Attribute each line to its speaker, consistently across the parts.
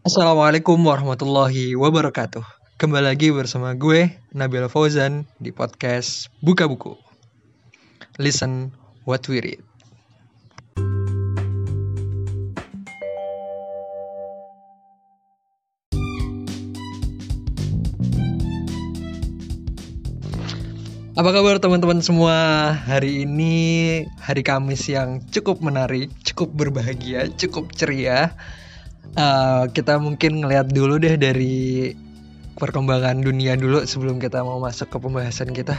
Speaker 1: Assalamualaikum warahmatullahi wabarakatuh. Kembali lagi bersama gue Nabil Fauzan di podcast Buka Buku. Listen what we read. Apa kabar teman-teman semua? Hari ini hari Kamis yang cukup menarik, cukup berbahagia, cukup ceria. Kita mungkin ngeliat dulu deh dari perkembangan dunia dulu sebelum kita mau masuk ke pembahasan kita.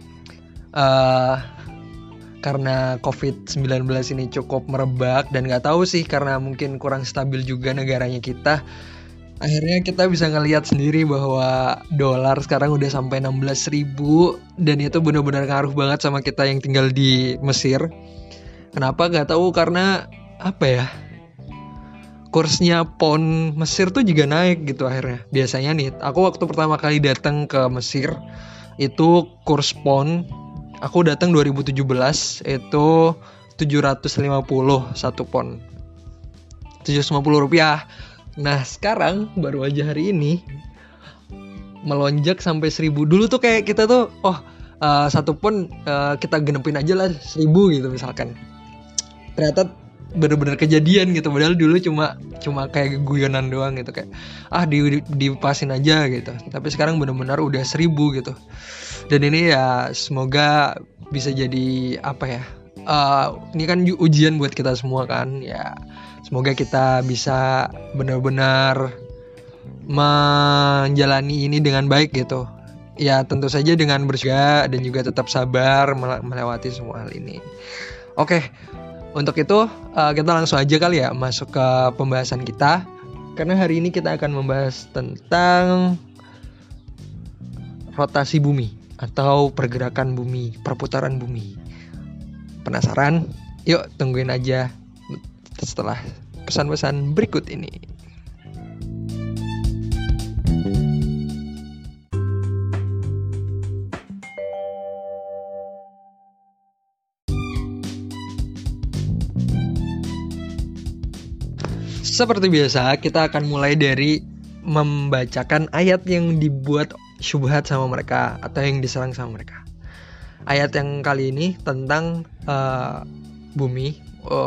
Speaker 1: Karena COVID-19 ini cukup merebak dan gak tahu sih karena mungkin kurang stabil juga negaranya kita. Akhirnya kita bisa ngelihat sendiri bahwa dolar sekarang udah sampai 16.000 dan itu benar-benar ngaruh banget sama kita yang tinggal di Mesir. Kenapa? Gak tahu karena apa ya? Kursnya pound Mesir tuh juga naik gitu akhirnya. Biasanya nih, aku waktu pertama kali datang ke Mesir itu kurs pound aku datang 2017 itu 750 satu pound. 750 rupiah. Nah sekarang baru aja hari ini melonjak sampai 1.000. Dulu tuh kayak kita tuh satu pun kita genepin aja lah 1.000 gitu misalkan. Ternyata bener-bener kejadian gitu. Padahal dulu cuma kayak guyonan doang gitu, kayak dipasin aja gitu. Tapi sekarang bener-bener udah 1.000 gitu. Dan ini ya semoga bisa jadi apa ya? Ini kan ujian buat kita semua kan ya. Semoga kita bisa benar-benar menjalani ini dengan baik gitu. Ya tentu saja dengan bersyukur dan juga tetap sabar melewati semua hal ini. Oke, untuk itu kita langsung aja kali ya masuk ke pembahasan kita. Karena hari ini kita akan membahas tentang rotasi bumi atau pergerakan bumi, perputaran bumi. Penasaran? Yuk tungguin aja setelah pesan-pesan berikut ini. Seperti biasa, kita akan mulai dari membacakan ayat yang dibuat syubhat sama mereka atau yang diserang sama mereka. Ayat yang kali ini tentang bumi.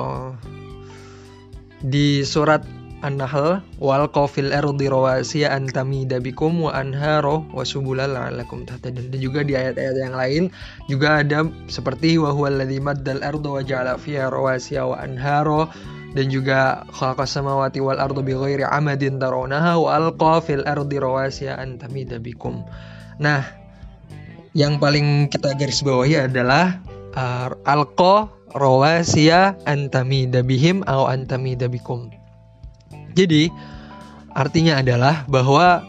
Speaker 1: Di surat An-Nahl, wal qafil ardi rawasiya an tamida bikum wa anharo wa subulal la'allakum tahtadun. Dan juga di ayat-ayat yang lain juga ada seperti wa huwal ladzi maddal arda wa ja'ala fiha rawasiya wa anharo, dan juga khalaqas samawati wal arda bighairi amadin tarawnaha wa alqa fil ardi rawasiya an tamida bikum. Nah, yang paling kita garis bawahi adalah alqa rawasiya antamida bihim au antamida bikum. Jadi artinya adalah bahwa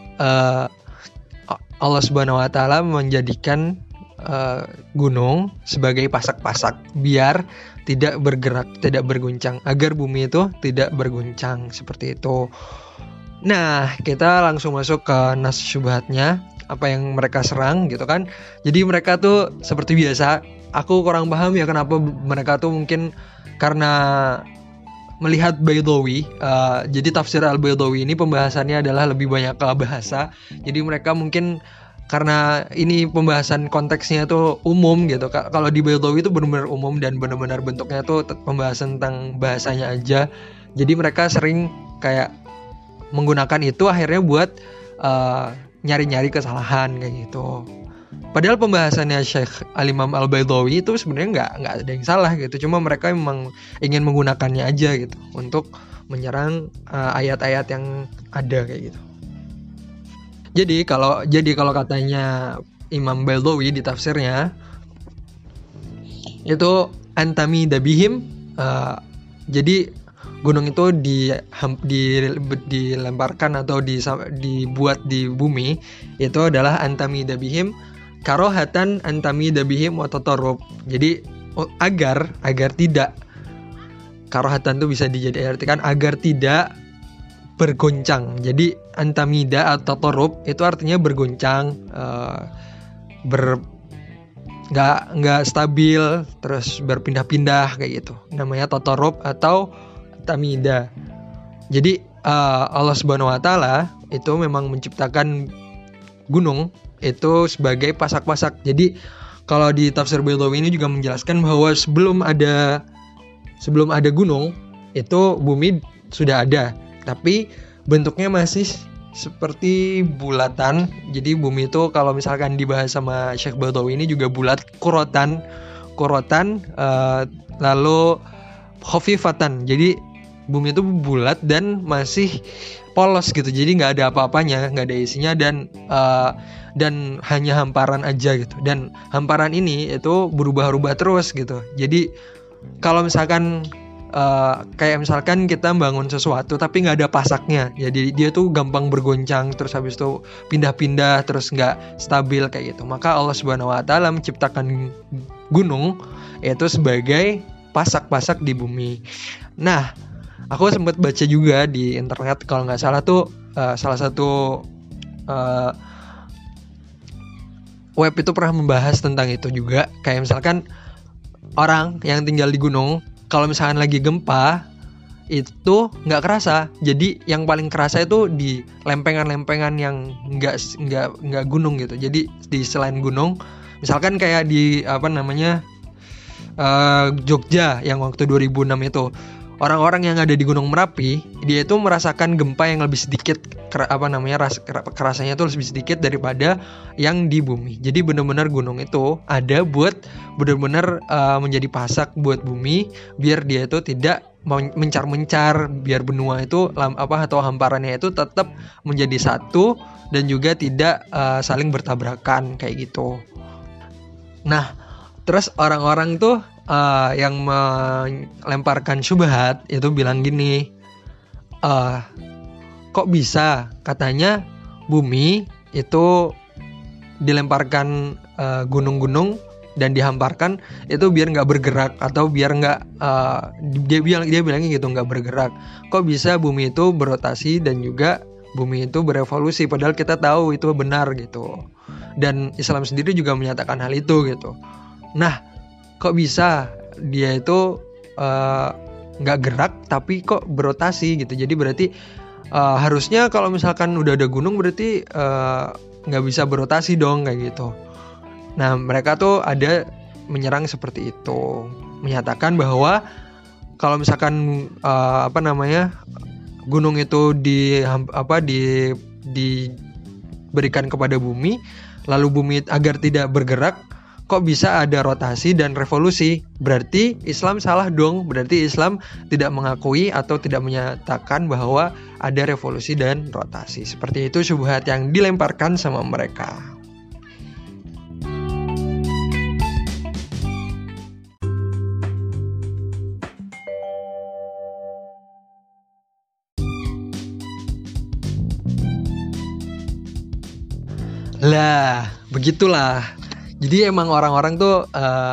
Speaker 1: Allah Subhanahu wa taala menjadikan gunung sebagai pasak-pasak biar tidak bergerak, tidak berguncang, agar bumi itu tidak berguncang seperti itu. Nah, kita langsung masuk ke nas syubhatnya, apa yang mereka serang gitu kan. Jadi mereka tuh seperti biasa, aku kurang paham ya kenapa mereka tuh mungkin karena melihat Baydawi. Jadi tafsir Al-Baydawi ini pembahasannya adalah lebih banyak ke bahasa. Jadi mereka mungkin karena ini pembahasan konteksnya tuh umum gitu. Kalau di Baydawi itu benar-benar umum dan benar-benar bentuknya tuh pembahasan tentang bahasanya aja. Jadi mereka sering kayak menggunakan itu akhirnya buat nyari-nyari kesalahan kayak gitu. Padahal pembahasannya Syekh Al-Imam Al-Baydawi itu sebenarnya nggak ada yang salah gitu. Cuma mereka memang ingin menggunakannya aja gitu untuk menyerang ayat-ayat yang ada kayak gitu. Jadi kalau katanya Imam Baydawi di tafsirnya itu antami dabihim, jadi gunung itu dilemparkan atau dibuat di bumi itu adalah antami dabihim karohatan antami dabihim wa tatarrub. Jadi agar tidak, karohatan itu bisa diartikan agar tidak bergoncang. Jadi antamida atau tatarrub itu artinya bergoncang, nggak stabil, terus berpindah-pindah kayak gitu. Namanya tatarrub atau tamida. Jadi Allah Subhanahu wa taala itu memang menciptakan gunung itu sebagai pasak-pasak. Jadi kalau di tafsir Baydawi ini juga menjelaskan bahwa sebelum ada gunung itu bumi sudah ada, tapi bentuknya masih seperti bulatan. Jadi bumi itu kalau misalkan dibahas sama Syekh Baydawi ini juga bulat, kurotan, lalu khafifatan. Jadi bumi itu bulat dan masih polos gitu, jadi nggak ada apa-apanya, nggak ada isinya, dan hanya hamparan aja gitu. Dan hamparan ini itu berubah-ubah terus gitu. Jadi kalau misalkan kayak misalkan kita bangun sesuatu tapi nggak ada pasaknya, jadi dia tuh gampang bergoncang, terus habis itu pindah-pindah, terus nggak stabil kayak gitu. Maka Allah Subhanahu wa taala menciptakan gunung yaitu sebagai pasak-pasak di bumi. Nah, aku sempat baca juga di internet, kalau nggak salah tuh salah satu web itu pernah membahas tentang itu juga. Kayak misalkan orang yang tinggal di gunung, kalau misalkan lagi gempa itu nggak kerasa. Jadi yang paling kerasa itu di lempengan-lempengan yang nggak gunung gitu. Jadi di selain gunung, misalkan kayak di Jogja yang waktu 2006 itu, orang-orang yang ada di Gunung Merapi dia itu merasakan gempa yang lebih sedikit, kerasanya itu lebih sedikit daripada yang di bumi. Jadi benar-benar gunung itu ada buat benar-benar menjadi pasak buat bumi, biar dia itu tidak mencar-mencar, biar benua itu atau hamparannya itu tetap menjadi satu dan juga tidak saling bertabrakan kayak gitu. Nah, terus orang-orang tuh yang melemparkan syubhat itu bilang gini, kok bisa katanya bumi itu dilemparkan gunung-gunung dan dihamparkan itu biar nggak bergerak, atau biar nggak dia bilangnya gitu, nggak bergerak. Kok bisa bumi itu berotasi dan juga bumi itu berevolusi, padahal kita tahu itu benar gitu. Dan Islam sendiri juga menyatakan hal itu gitu. Nah, kok bisa dia itu nggak gerak tapi kok berotasi gitu. Jadi berarti harusnya kalau misalkan udah ada gunung berarti nggak bisa berotasi dong kayak gitu. Nah, mereka tuh ada menyerang seperti itu, menyatakan bahwa kalau misalkan gunung itu diberikan kepada bumi, lalu bumi agar tidak bergerak, kok bisa ada rotasi dan revolusi? Berarti Islam salah dong. Berarti Islam tidak mengakui atau tidak menyatakan bahwa ada revolusi dan rotasi. Seperti itu syubhat yang dilemparkan sama mereka. Lah, begitulah. Jadi emang orang-orang tuh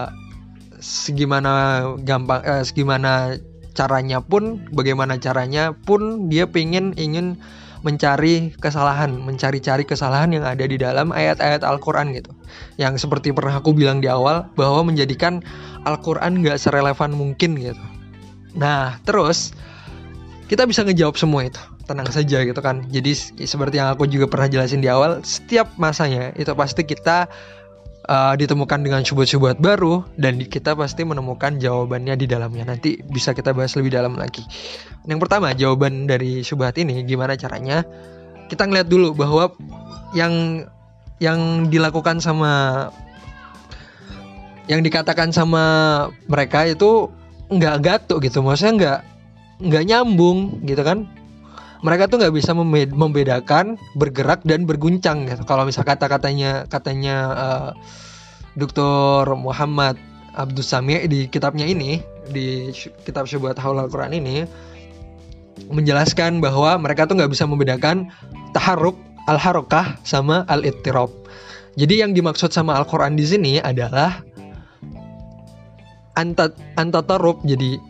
Speaker 1: segimana caranya pun, bagaimana caranya pun dia ingin mencari kesalahan yang ada di dalam ayat-ayat Al-Quran gitu. Yang seperti pernah aku bilang di awal, bahwa menjadikan Al-Quran gak serelevan mungkin gitu. Nah, terus kita bisa ngejawab semua itu, tenang saja gitu kan. Jadi seperti yang aku juga pernah jelasin di awal, setiap masanya itu pasti kita ditemukan dengan syubhat-syubhat baru, dan kita pasti menemukan jawabannya di dalamnya. Nanti bisa kita bahas lebih dalam lagi. Yang pertama, jawaban dari syubhat ini gimana caranya? Kita ngeliat dulu bahwa yang dilakukan sama, yang dikatakan sama mereka itu nggak gatuk gitu, maksudnya nggak nyambung gitu kan. Mereka tuh nggak bisa membedakan bergerak dan berguncang gitu. Kalau misal katanya Dr. Muhammad Abdus Sami di kitabnya ini, di kitab Syubhat Haul Al-Quran ini, menjelaskan bahwa mereka tuh nggak bisa membedakan taharruk, al-harokah sama al-ittirab. Jadi yang dimaksud sama Al-Quran di sini adalah antatarub. Jadi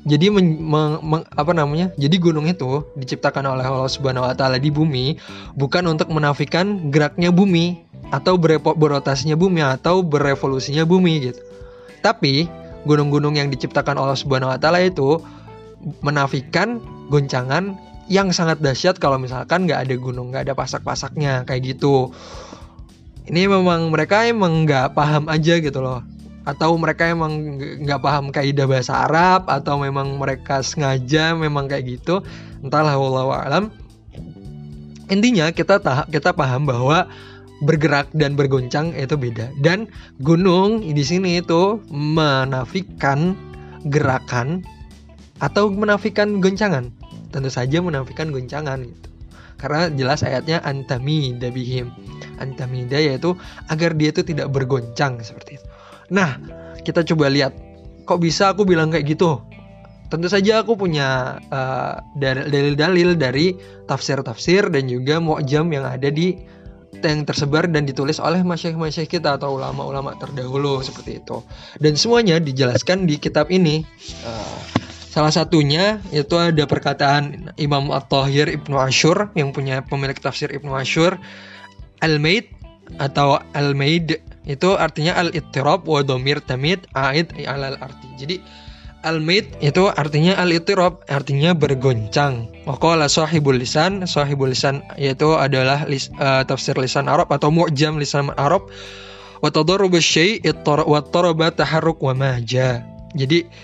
Speaker 1: jadi gunung itu diciptakan oleh Allah Subhanahu wa taala di bumi bukan untuk menafikan geraknya bumi atau berotasinya bumi atau berevolusinya bumi gitu. Tapi gunung-gunung yang diciptakan Allah Subhanahu wa taala itu menafikan goncangan yang sangat dahsyat kalau misalkan nggak ada gunung, nggak ada pasak-pasaknya kayak gitu. Ini memang mereka emang nggak paham aja gitu loh, atau mereka emang nggak paham kaidah bahasa Arab, atau memang mereka sengaja memang kayak gitu, entahlah, wallahu a'lam. Intinya kita paham bahwa bergerak dan bergoncang itu beda, dan gunung di sini itu menafikan gerakan atau menafikan goncangan. Tentu saja menafikan goncangan gitu. Karena jelas ayatnya antamida bihim. Antamida yaitu agar dia itu tidak bergoncang seperti itu. Nah, kita coba lihat, kok bisa aku bilang kayak gitu? Tentu saja aku punya dalil-dalil dari tafsir-tafsir dan juga mu'jam yang ada yang tersebar dan ditulis oleh masyaikh-masyaikh kita atau ulama-ulama terdahulu seperti itu. Dan semuanya dijelaskan di kitab ini. Salah satunya itu ada perkataan Imam At-Tahir Ibnu Ashur yang punya pemilik tafsir Ibnu Ashur, Al-Maid atau Al-Maid itu artinya al-ittirab wa dhamir tamid aid alal arti. Jadi Al-Maid itu artinya al-ittirab, artinya bergoncang. Waqala sahibul lisan yaitu adalah tafsir lisan Arab atau mu'jam lisan Arab. Wa tadarrub asy-syai' wa taraba taharruk wa maja. Jadi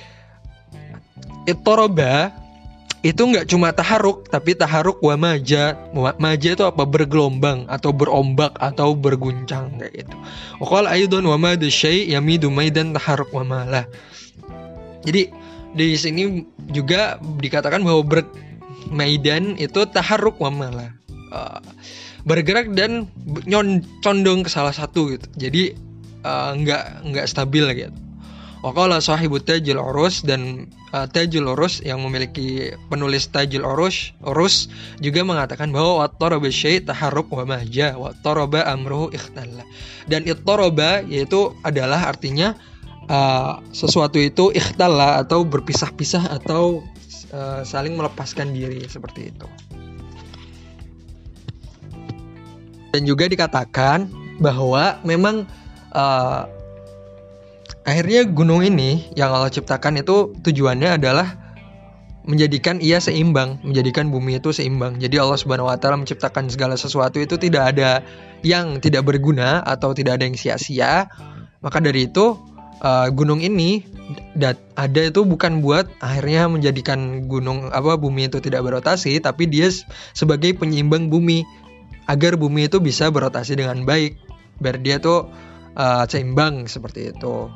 Speaker 1: ittaraba itu nggak cuma taharuk, tapi taharuk wa maja. Maja itu apa? Bergelombang atau berombak atau berguncang kayak gitu. Waqala aidan wa mada syai' yamidu maidan taharuk wa malah. Jadi di sini juga dikatakan bahwa maidan itu taharuk wa malah. Bergerak dan condong ke salah satu gitu. Jadi nggak stabil gitu. Waqala sahibut Tajul Urus, dan Tajul Urus yang memiliki penulis Tajul Urus juga mengatakan bahwa wattaraba syai' taharruk wa mahja wattaraba amruhu ikhtalla. Dan ittaraba yaitu adalah artinya sesuatu itu ikhtalla atau berpisah-pisah atau saling melepaskan diri seperti itu. Dan juga dikatakan bahwa memang akhirnya gunung ini yang Allah ciptakan itu tujuannya adalah menjadikan ia seimbang, menjadikan bumi itu seimbang. Jadi Allah Subhanahu wa taala menciptakan segala sesuatu itu tidak ada yang tidak berguna atau tidak ada yang sia-sia. Maka dari itu gunung ini ada itu bukan buat akhirnya menjadikan bumi itu tidak berotasi, tapi dia sebagai penyeimbang bumi agar bumi itu bisa berotasi dengan baik, biar dia tuh seimbang seperti itu.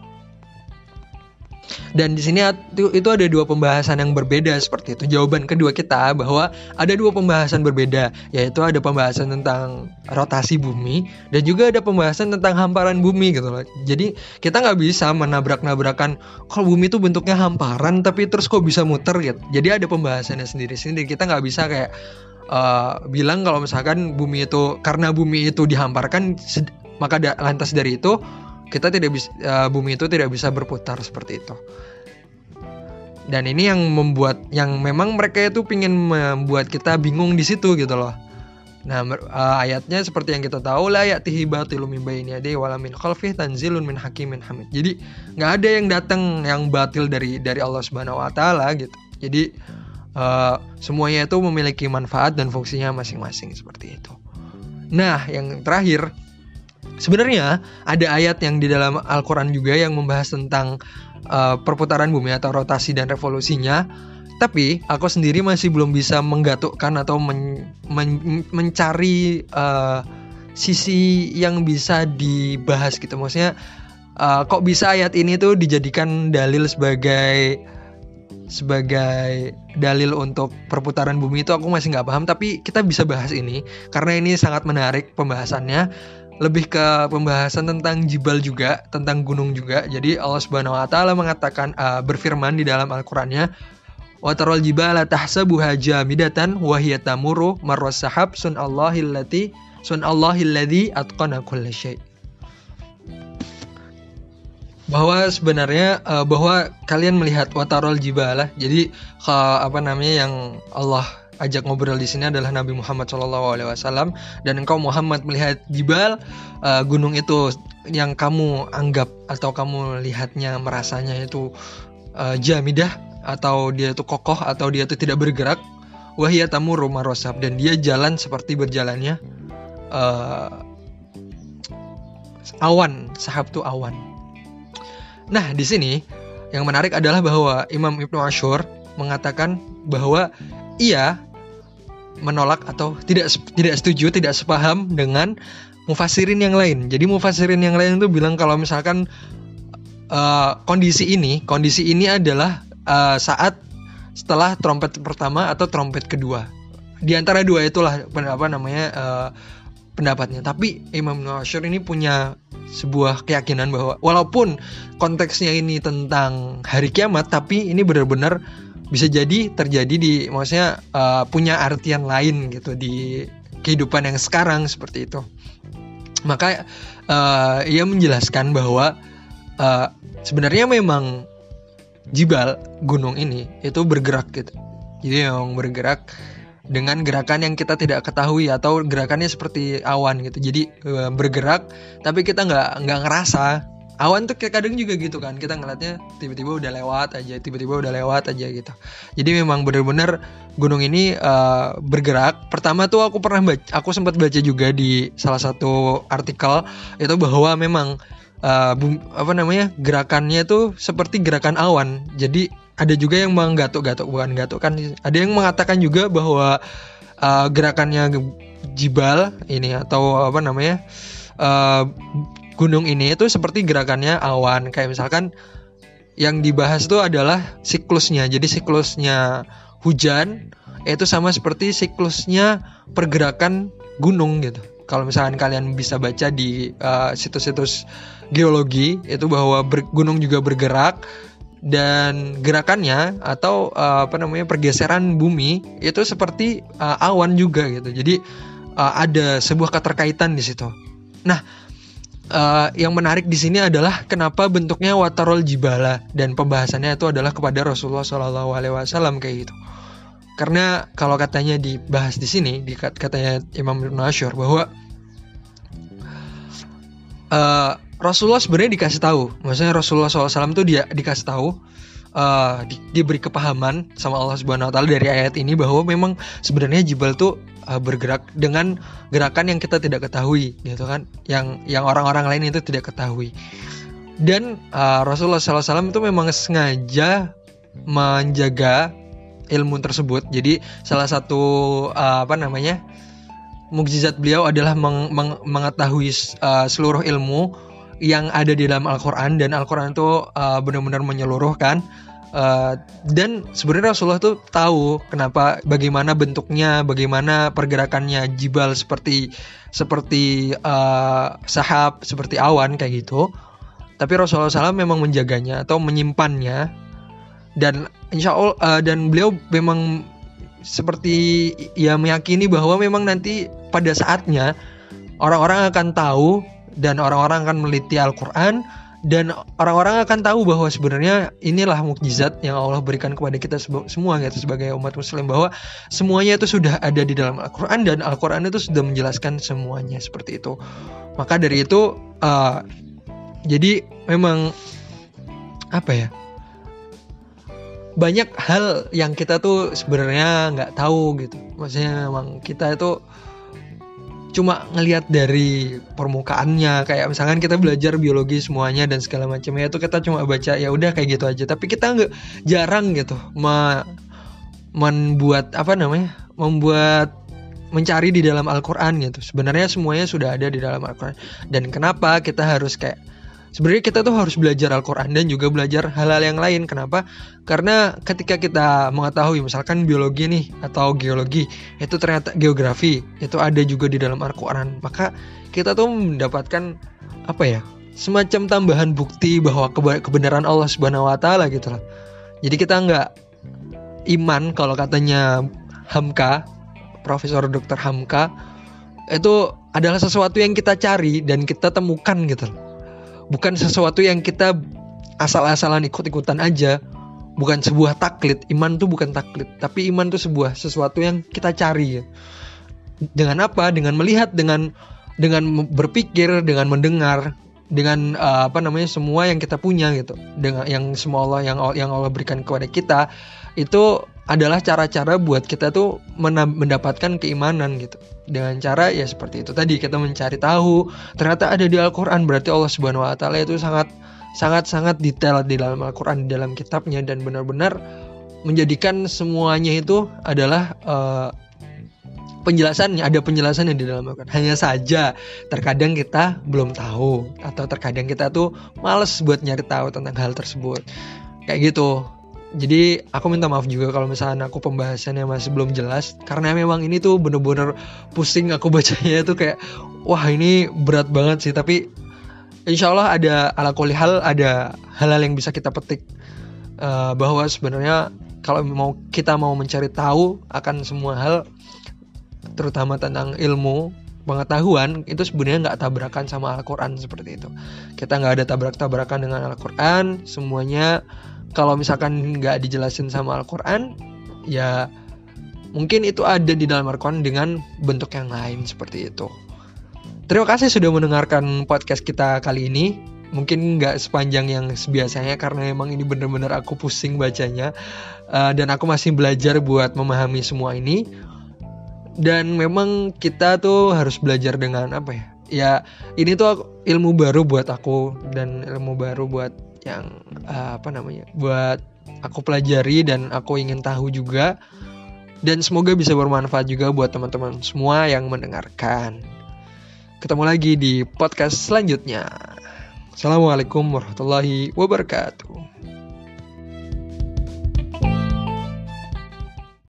Speaker 1: Dan di sini itu ada dua pembahasan yang berbeda seperti itu. Jawaban kedua kita bahwa ada dua pembahasan berbeda, yaitu ada pembahasan tentang rotasi bumi dan juga ada pembahasan tentang hamparan bumi gitu loh. Jadi kita nggak bisa menabrak-nabrakan kalau bumi itu bentuknya hamparan tapi terus kok bisa muter gitu. Jadi ada pembahasannya sendiri-sendiri. Kita nggak bisa kayak bilang kalau misalkan bumi itu karena bumi itu dihamparkan maka lantas dari itu kita tidak bisa bumi itu tidak bisa berputar seperti itu. Dan ini yang memang mereka itu pingin membuat kita bingung di situ gitu loh. Nah, ayatnya seperti yang kita tahu, la ya'tihi batilun min baini yadayhi wala min khalfihi tanzilun min hakimin hamid. Jadi nggak ada yang datang yang batil dari Allah Subhanahu wa taala gitu. Jadi semuanya itu memiliki manfaat dan fungsinya masing-masing seperti itu. Nah, yang terakhir, sebenarnya ada ayat yang di dalam Al-Quran juga yang membahas tentang perputaran bumi atau rotasi dan revolusinya. Tapi aku sendiri masih belum bisa menggatukkan atau mencari sisi yang bisa dibahas gitu. Maksudnya kok bisa ayat ini tuh dijadikan dalil sebagai dalil untuk perputaran bumi itu, aku masih nggak paham. Tapi kita bisa bahas ini karena ini sangat menarik pembahasannya. Lebih ke pembahasan tentang jibal juga, tentang gunung juga. Jadi Allah Subhanahu wa taala mengatakan berfirman di dalam Al-Qur'annya, wa taral jibala tahsabuha jamidatan wa hiya tamurru marras sahab sunallahil ladzi atqana kulli syai'. Bahwa sebenarnya bahwa kalian melihat wa taral jibala. Jadi yang Allah ajak ngobrol di sini adalah Nabi Muhammad SAW, dan engkau Muhammad melihat jibal, gunung itu yang kamu anggap atau kamu lihatnya merasanya itu jamidah atau dia itu kokoh atau dia itu tidak bergerak. wahya tamurru marosab, dan dia jalan seperti berjalannya awan. Sahab tuh awan. Nah, di sini yang menarik adalah bahwa Imam Ibnu Ashur mengatakan bahwa ia menolak atau tidak setuju, tidak sepaham dengan mufassirin yang lain. Jadi mufassirin yang lain itu bilang kalau misalkan kondisi ini adalah saat setelah trompet pertama atau trompet kedua. Di antara dua itulah pendapatnya. Tapi Imam Ibnu Ashur ini punya sebuah keyakinan bahwa walaupun konteksnya ini tentang hari kiamat, tapi ini benar-benar bisa jadi terjadi punya artian lain gitu di kehidupan yang sekarang seperti itu. Maka ia menjelaskan bahwa sebenarnya memang jibal, gunung ini itu bergerak gitu. Jadi yang bergerak dengan gerakan yang kita tidak ketahui atau gerakannya seperti awan gitu. Jadi bergerak tapi kita nggak ngerasa. Awan tuh kadang juga gitu kan, kita ngeliatnya tiba-tiba udah lewat aja gitu. Jadi memang benar-benar gunung ini bergerak. Pertama tuh aku sempat baca juga di salah satu artikel itu bahwa memang gerakannya tuh seperti gerakan awan. Jadi ada juga yang ada yang mengatakan juga bahwa gerakannya jibal ini atau gunung ini itu seperti gerakannya awan. Kayak misalkan yang dibahas itu adalah siklusnya. Jadi siklusnya hujan itu sama seperti siklusnya pergerakan gunung gitu. Kalau misalkan kalian bisa baca di situs-situs geologi itu bahwa gunung juga bergerak, dan gerakannya atau pergeseran bumi itu seperti awan juga gitu. Jadi ada sebuah keterkaitan di situ. Nah, yang menarik di sini adalah kenapa bentuknya watarol jibala, dan pembahasannya itu adalah kepada Rasulullah SAW kayak gitu. Karena kalau katanya dibahas di sini, katanya Imam Ibnu Ashur bahwa Rasulullah sebenarnya dikasih tahu, maksudnya Rasulullah SAW tuh dia dikasih tahu, diberi kepahaman sama Allah Subhanahu Wa Taala dari ayat ini bahwa memang sebenarnya jibal tuh bergerak dengan gerakan yang kita tidak ketahui, gitu kan, yang orang-orang lain itu tidak ketahui. Dan Rasulullah SAW itu memang sengaja menjaga ilmu tersebut. Jadi salah satu mukjizat beliau adalah mengetahui seluruh ilmu yang ada di dalam Al-Quran, dan Al-Quran itu benar-benar menyeluruhkan. Dan sebenarnya Rasulullah tuh tahu bagaimana bentuknya, bagaimana pergerakannya jibal seperti sahab, seperti awan kayak gitu. Tapi Rasulullah SAW memang menjaganya atau menyimpannya, dan insya Allah dan beliau memang seperti meyakini bahwa memang nanti pada saatnya orang-orang akan tahu, dan orang-orang akan meliti Al-Quran, dan orang-orang akan tahu bahwa sebenarnya inilah mukjizat yang Allah berikan kepada kita semua gitu, sebagai umat muslim, bahwa semuanya itu sudah ada di dalam Al-Quran, dan Al-Quran itu sudah menjelaskan semuanya seperti itu. Maka dari itu jadi memang banyak hal yang kita tuh sebenarnya nggak tahu gitu. Maksudnya memang kita itu cuma ngelihat dari permukaannya, kayak misalkan kita belajar biologi semuanya dan segala macamnya itu kita cuma baca ya udah kayak gitu aja, tapi kita jarang gitu mencari di dalam Al-Quran gitu. Sebenarnya semuanya sudah ada di dalam Al-Quran, dan kenapa kita harus sebenarnya kita tuh harus belajar Al-Quran dan juga belajar hal-hal yang lain. Kenapa? Karena ketika kita mengetahui misalkan biologi nih atau geologi, itu ternyata geografi itu ada juga di dalam Al-Quran, maka kita tuh mendapatkan semacam tambahan bukti bahwa kebenaran Allah Subhanahu Wa Taala gitu lah. Jadi kita nggak iman kalau katanya Hamka, Profesor Dr. Hamka, itu adalah sesuatu yang kita cari dan kita temukan gitu loh. Bukan sesuatu yang kita asal-asalan ikut-ikutan aja. Bukan sebuah taklid. Iman tuh bukan taklid, tapi iman tuh sesuatu yang kita cari ya. Dengan apa? Dengan melihat, dengan berpikir, dengan mendengar, dengan semua yang kita punya gitu. Dengan yang semua yang Allah berikan kepada kita, itu adalah cara-cara buat kita tuh mendapatkan keimanan gitu. Dengan cara ya seperti itu tadi, kita mencari tahu ternyata ada di Al-Qur'an, berarti Allah Subhanahu wa taala itu sangat detail di dalam Al-Qur'an, di dalam kitabnya, dan benar-benar menjadikan semuanya itu adalah penjelasannya, ada penjelasannya di dalam Al-Qur'an. Hanya saja terkadang kita belum tahu, atau terkadang kita tuh males buat nyari tahu tentang hal tersebut. Kayak gitu. Jadi aku minta maaf juga kalau misalnya aku pembahasannya masih belum jelas, karena memang ini tuh bener-bener pusing aku bacanya tuh, kayak wah ini berat banget sih. Tapi insya Allah ada ala kulli hal, ada hal-hal yang bisa kita petik, bahwa sebenarnya kalau kita mau mencari tahu akan semua hal, terutama tentang ilmu pengetahuan, itu sebenarnya nggak tabrakan sama Al-Quran seperti itu. Kita nggak ada tabrak-tabrakan dengan Al-Quran. Semuanya kalau misalkan nggak dijelasin sama Al-Quran, ya mungkin itu ada di dalam Al-Quran dengan bentuk yang lain seperti itu. Terima kasih sudah mendengarkan podcast kita kali ini. Mungkin nggak sepanjang yang biasanya, karena memang ini benar-benar aku pusing bacanya, dan aku masih belajar buat memahami semua ini. Dan memang kita tuh harus belajar dengan apa ya? Ya ini tuh ilmu baru buat aku, dan ilmu baru buat yang buat aku pelajari dan aku ingin tahu juga. Dan semoga bisa bermanfaat juga buat teman-teman semua yang mendengarkan. Ketemu lagi di podcast selanjutnya. Assalamualaikum warahmatullahi wabarakatuh.